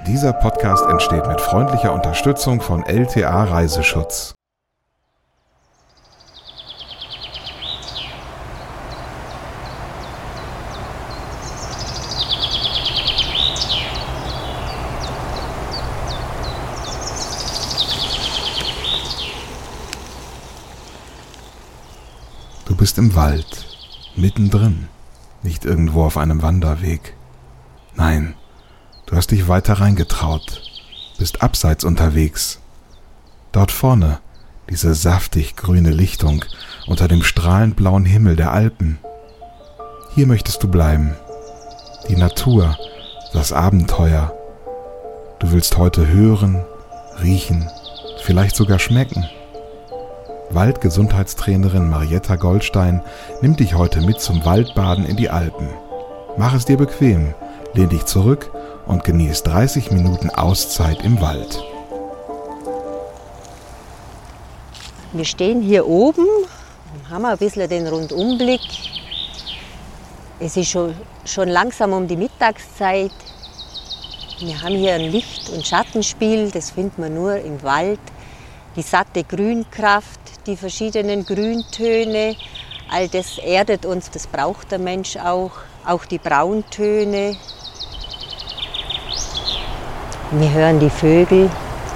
Dieser Podcast entsteht mit freundlicher Unterstützung von LTA Reiseschutz. Du bist im Wald, mittendrin, nicht irgendwo auf einem Wanderweg. Nein, du hast dich weiter reingetraut, bist abseits unterwegs. Dort vorne, diese saftig grüne Lichtung unter dem strahlend blauen Himmel der Alpen. Hier möchtest du bleiben. Die Natur, das Abenteuer. Du willst heute hören, riechen, vielleicht sogar schmecken. Waldgesundheitstrainerin Marietta Goldstein nimmt dich heute mit zum Waldbaden in die Alpen. Mach es dir bequem, lehn dich zurück und genieß 30 Minuten Auszeit im Wald. Wir stehen hier oben und haben ein bisschen den Rundumblick. Es ist schon langsam um die Mittagszeit. Wir haben hier ein Licht- und Schattenspiel, das findet man nur im Wald. Die satte Grünkraft, die verschiedenen Grüntöne, all das erdet uns, das braucht der Mensch auch. Auch die Brauntöne. Wir hören die Vögel.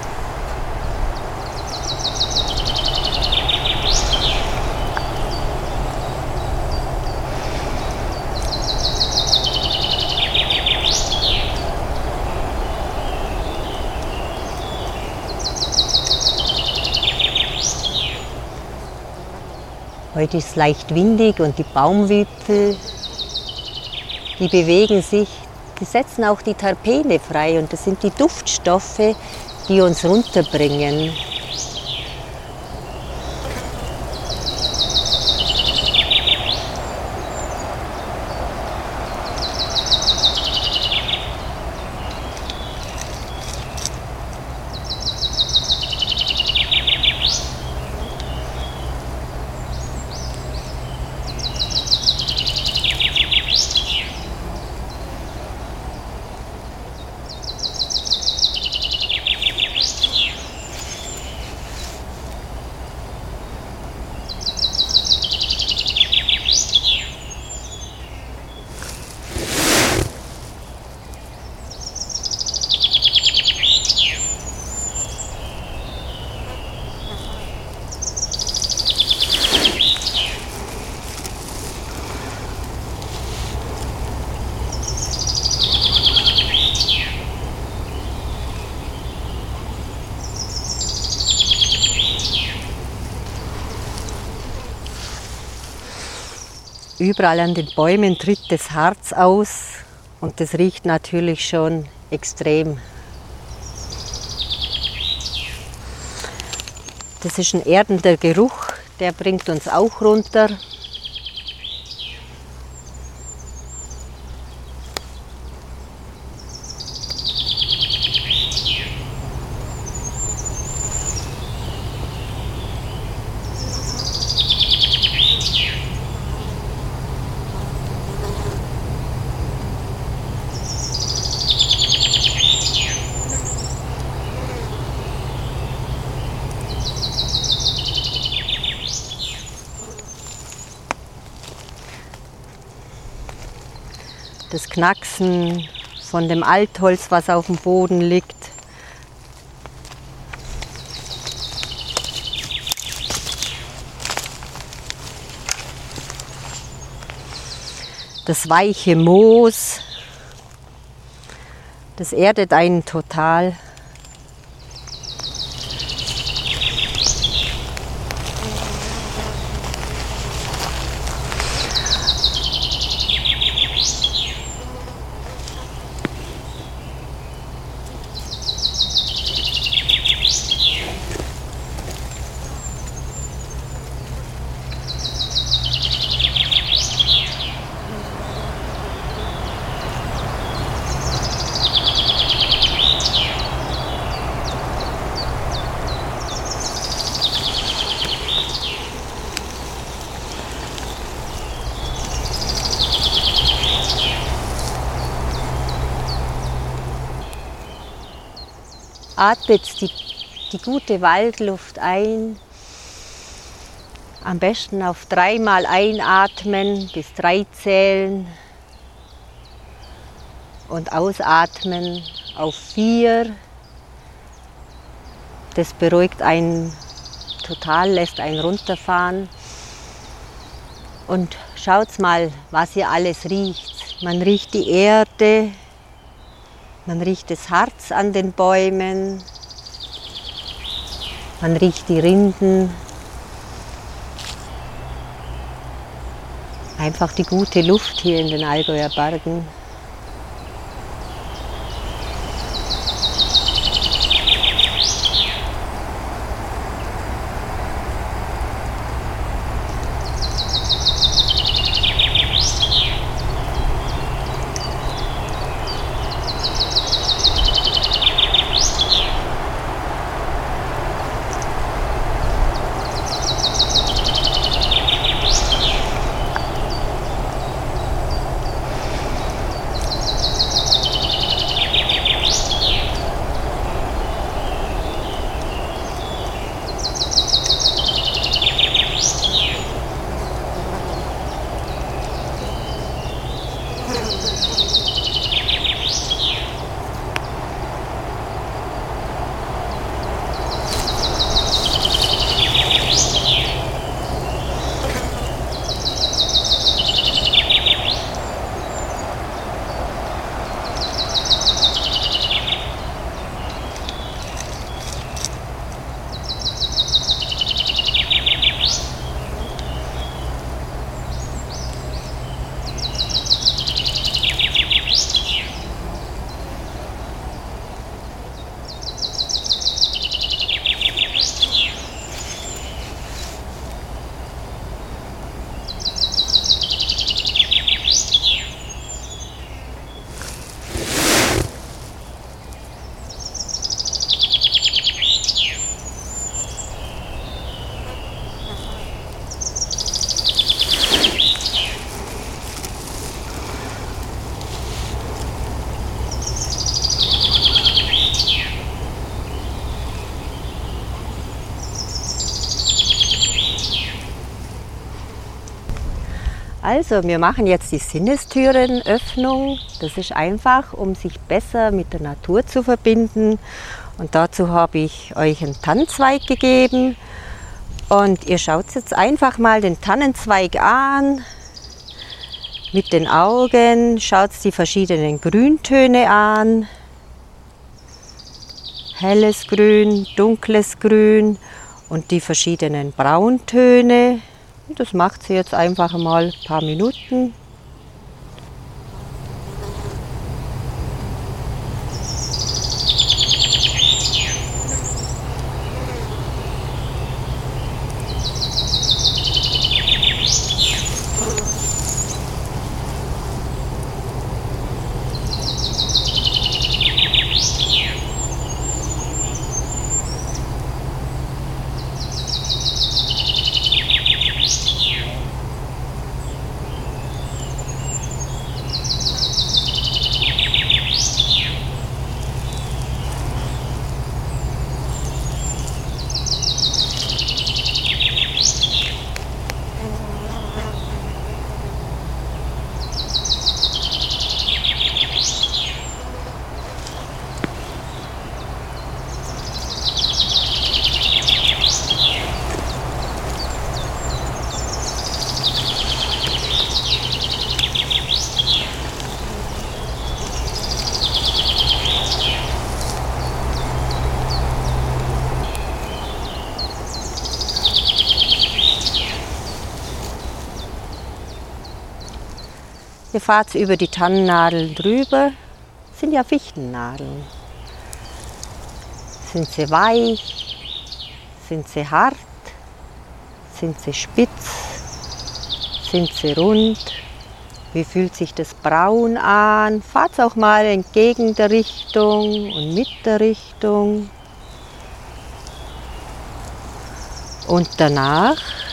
Heute ist es leicht windig und die Baumwipfel, die bewegen sich. Die setzen auch die Terpene frei und das sind die Duftstoffe, die uns runterbringen. Überall an den Bäumen tritt das Harz aus und das riecht natürlich schon extrem. Das ist ein erdender Geruch, der bringt uns auch runter. Das Knacksen von dem Altholz, was auf dem Boden liegt. Das weiche Moos, das erdet einen total. Atmet die gute Waldluft ein. Am besten auf 3-mal einatmen, bis 3 zählen. Und ausatmen auf 4. Das beruhigt einen total, lässt einen runterfahren. Und schaut mal, was hier alles riecht. Man riecht die Erde, man riecht das Harz an den Bäumen, man riecht die Rinden. Einfach die gute Luft hier in den Allgäuer Bergen. Also, wir machen jetzt die Sinnestürenöffnung. Das ist einfach, um sich besser mit der Natur zu verbinden. Und dazu habe ich euch einen Tannenzweig gegeben. Und ihr schaut jetzt einfach mal den Tannenzweig an. Mit den Augen schaut die verschiedenen Grüntöne an. Helles Grün, dunkles Grün und die verschiedenen Brauntöne. Und das macht sie jetzt einfach mal ein paar Minuten. Ihr fahrt über die Tannennadeln drüber. Das sind ja Fichtennadeln. Sind sie weich? Sind sie hart? Sind sie spitz? Sind sie rund? Wie fühlt sich das Braun an? Fahrt auch mal entgegen der Richtung und mit der Richtung. Und danach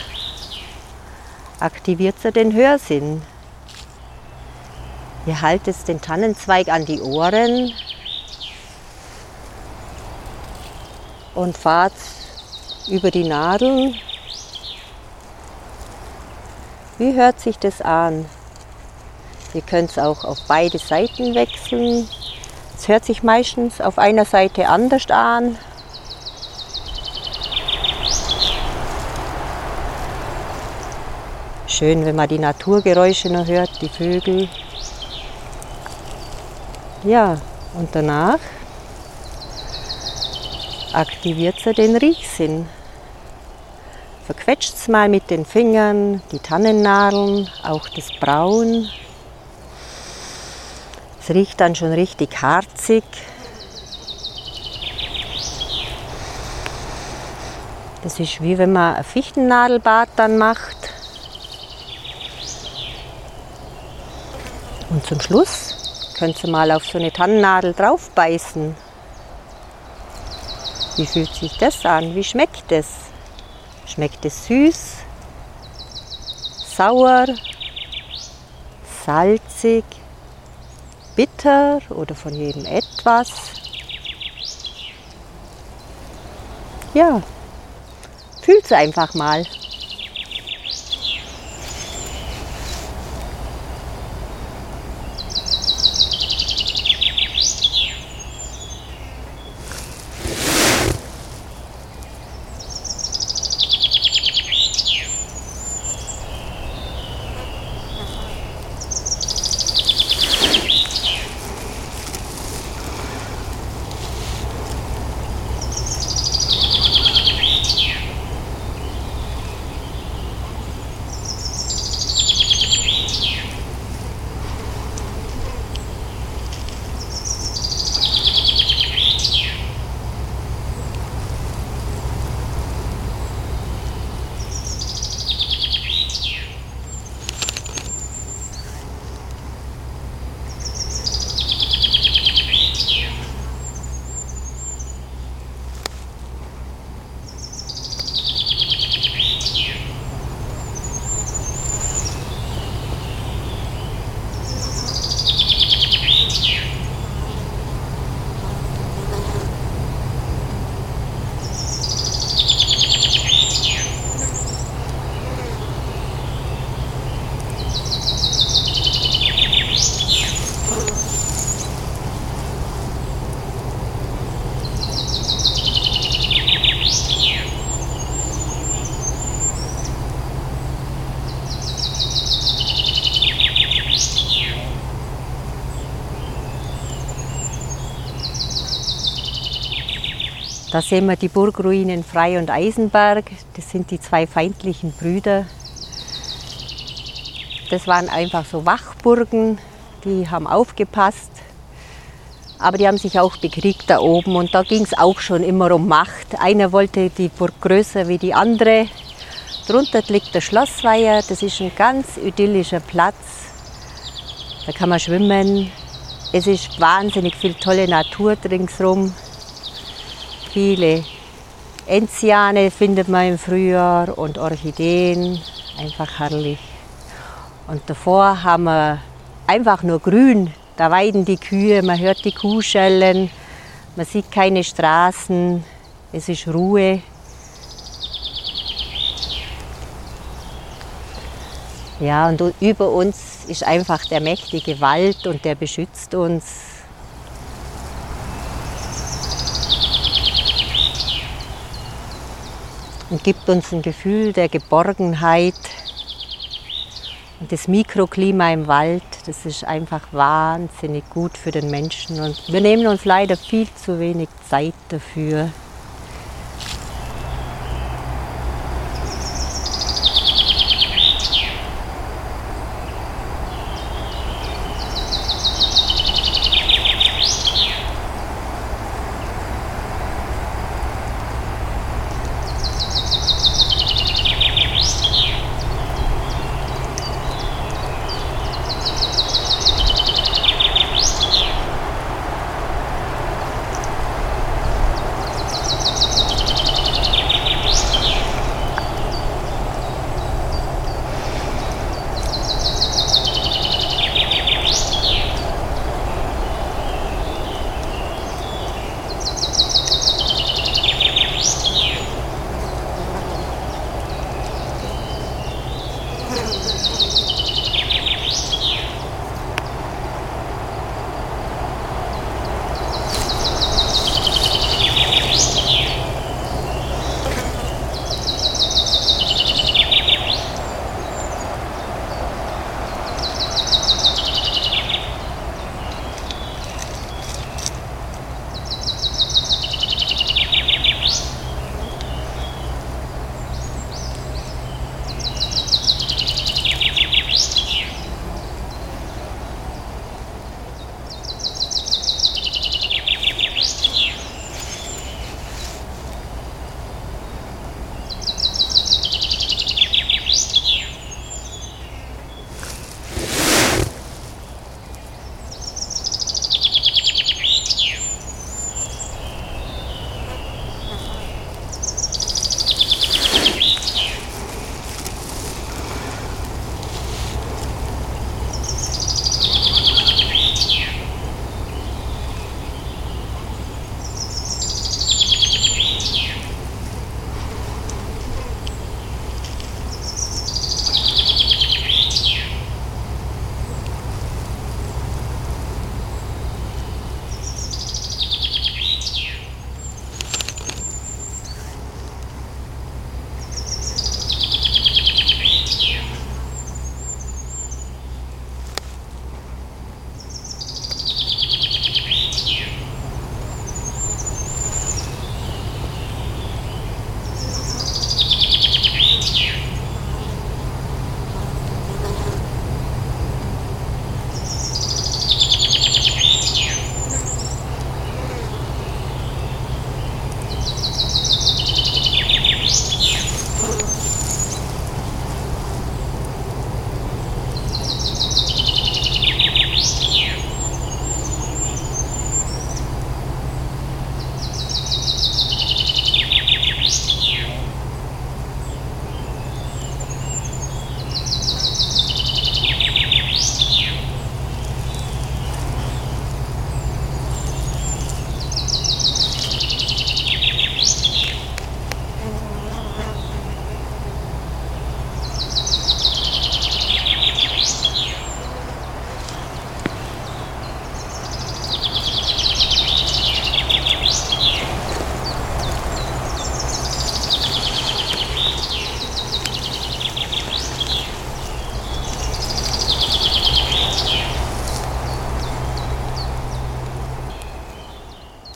aktiviert ihr den Hörsinn. Ihr haltet den Tannenzweig an die Ohren und fahrt über die Nadeln. Wie hört sich das an? Ihr könnt es auch auf beide Seiten wechseln. Es hört sich meistens auf einer Seite anders an. Schön, wenn man die Naturgeräusche noch hört, die Vögel. Ja, und danach aktiviert sie den Riechsinn. Verquetscht es mal mit den Fingern, die Tannennadeln, auch das Braun. Es riecht dann schon richtig harzig. Das ist wie wenn man ein Fichtennadelbad dann macht. Und zum Schluss könnt ihr mal auf so eine Tannennadel drauf beißen. Wie fühlt sich das an? Wie schmeckt es? Schmeckt es süß, sauer, salzig, bitter oder von jedem etwas? Ja, fühlt es einfach mal. Da sehen wir die Burgruinen Frei und Eisenberg. Das sind die zwei feindlichen Brüder. Das waren einfach so Wachburgen, die haben aufgepasst. Aber die haben sich auch bekriegt da oben und da ging es auch schon immer um Macht. Einer wollte die Burg größer wie die andere. Drunter liegt der Schlossweiher, das ist ein ganz idyllischer Platz. Da kann man schwimmen. Es ist wahnsinnig viel tolle Natur ringsherum. Viele Enziane findet man im Frühjahr und Orchideen, einfach herrlich. Und davor haben wir einfach nur Grün, da weiden die Kühe, man hört die Kuh schellen, man sieht keine Straßen, es ist Ruhe. Ja, und über uns ist einfach der mächtige Wald und der beschützt uns. Und gibt uns ein Gefühl der Geborgenheit. Und das Mikroklima im Wald, das ist einfach wahnsinnig gut für den Menschen. Und wir nehmen uns leider viel zu wenig Zeit dafür.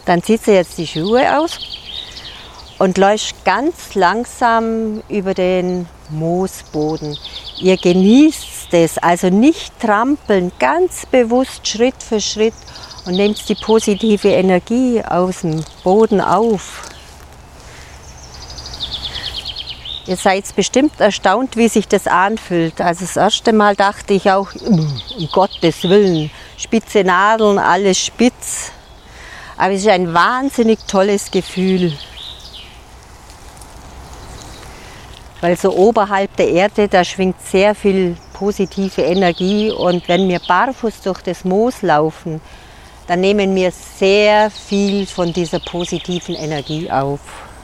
Dann zieht sie jetzt die Schuhe aus und läuft ganz langsam über den Moosboden. Ihr genießt es, also nicht trampeln, ganz bewusst Schritt für Schritt und nehmt die positive Energie aus dem Boden auf. Ihr seid bestimmt erstaunt, wie sich das anfühlt. Also das erste Mal dachte ich auch, um Gottes Willen, spitze Nadeln, alles spitz. Aber es ist ein wahnsinnig tolles Gefühl. Weil so oberhalb der Erde, da schwingt sehr viel positive Energie. Und wenn wir barfuß durch das Moos laufen, dann nehmen wir sehr viel von dieser positiven Energie auf.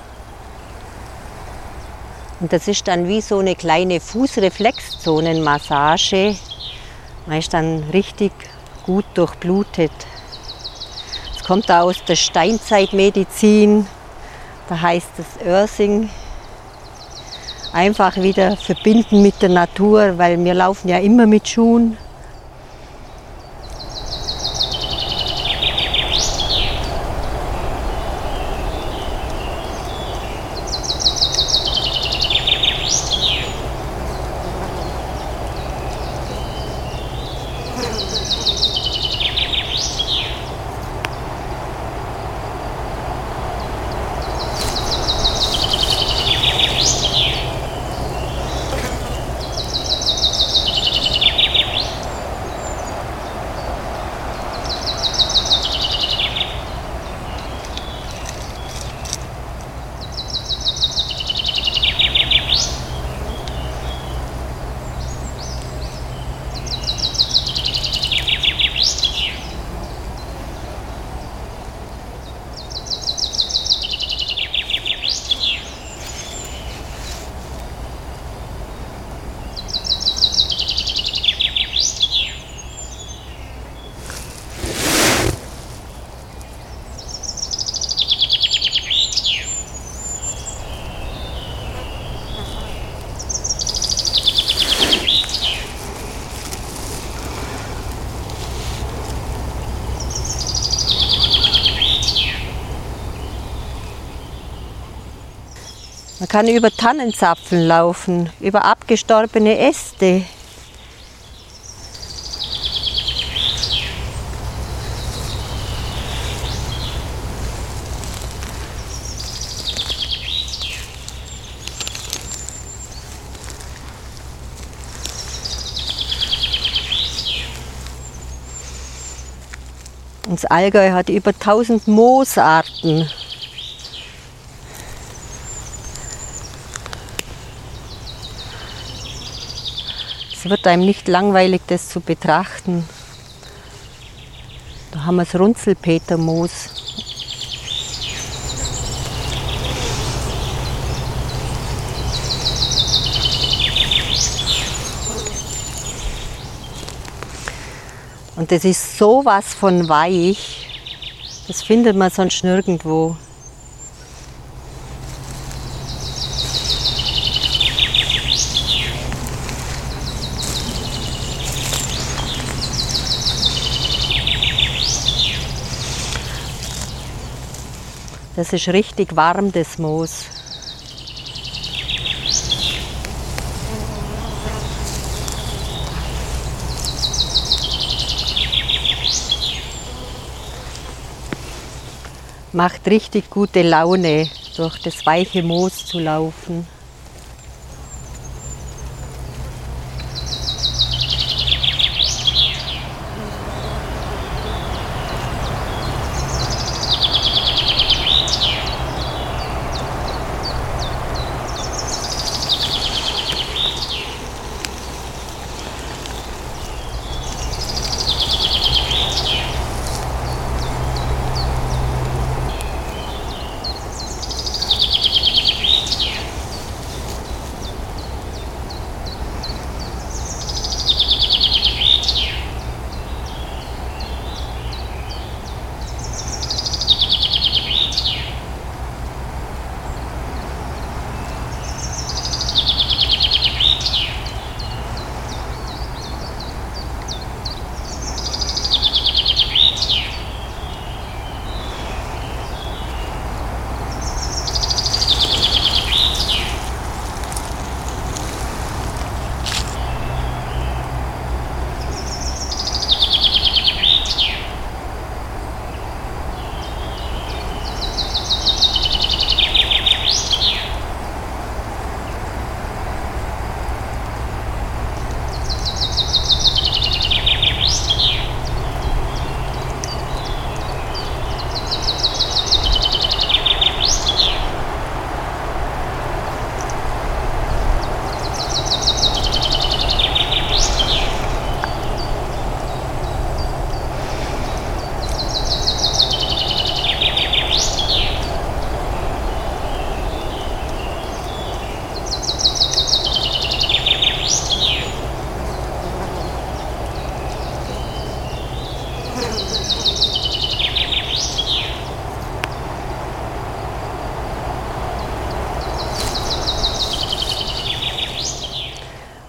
Und das ist dann wie so eine kleine Fußreflexzonenmassage. Man ist dann richtig gut durchblutet. Es kommt da aus der Steinzeitmedizin, da heißt es Earthing. Einfach wieder verbinden mit der Natur, weil wir laufen ja immer mit Schuhen. Man kann über Tannenzapfen laufen, über abgestorbene Äste. Und das Allgäu hat über 1000 Moosarten. Es wird einem nicht langweilig, das zu betrachten. Da haben wir das Runzelpetermoos. Und das ist sowas von weich, das findet man sonst nirgendwo. Das ist richtig warm, das Moos. Macht richtig gute Laune, durch das weiche Moos zu laufen.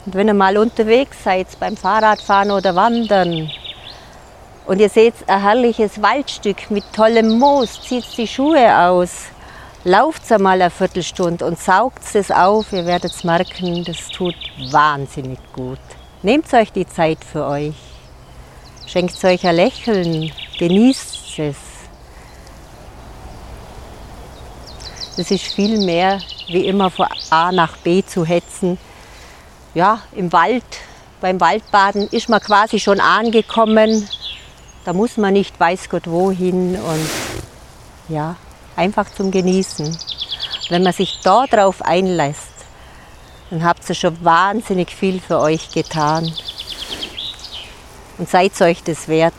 Und wenn ihr mal unterwegs seid, beim Fahrradfahren oder Wandern, und ihr seht ein herrliches Waldstück mit tollem Moos, zieht die Schuhe aus, lauft einmal eine Viertelstunde und saugt es auf. Ihr werdet merken, das tut wahnsinnig gut. Nehmt euch die Zeit für euch. Schenkt euch ein Lächeln, genießt es. Das ist viel mehr, wie immer von A nach B zu hetzen. Ja, im Wald, beim Waldbaden ist man quasi schon angekommen. Da muss man nicht weiß Gott wohin und ja, einfach zum Genießen. Wenn man sich darauf einlässt, dann habt ihr schon wahnsinnig viel für euch getan. Und seid euch das wert.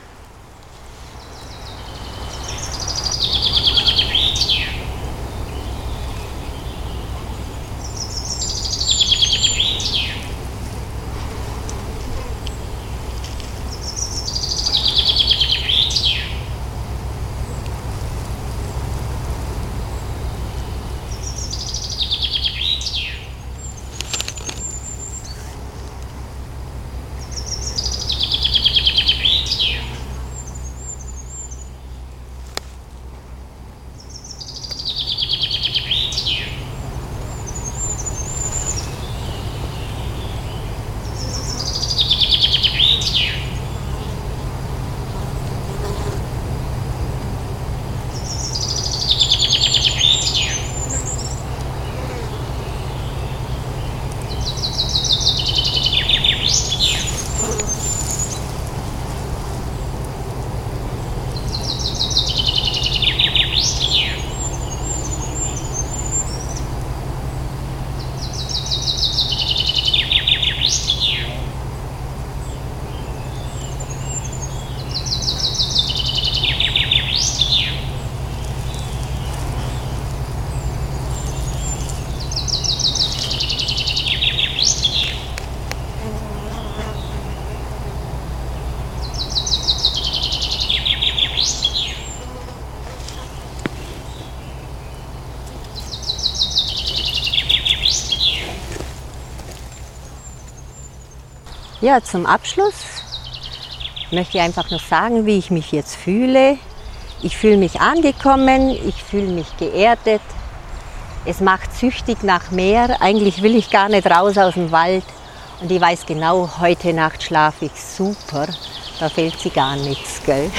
Ja, zum Abschluss möchte ich einfach noch sagen, wie ich mich jetzt fühle. Ich fühle mich angekommen, ich fühle mich geerdet. Es macht süchtig nach mehr. Eigentlich will ich gar nicht raus aus dem Wald. Und ich weiß genau, heute Nacht schlafe ich super. Da fehlt sie gar nichts, gell?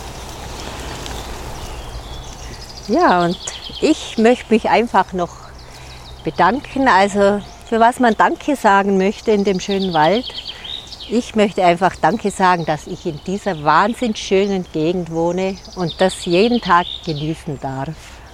Ja, und ich möchte mich einfach noch bedanken. Also für was man Danke sagen möchte in dem schönen Wald. Ich möchte einfach Danke sagen, dass ich in dieser wahnsinnig schönen Gegend wohne und das jeden Tag genießen darf.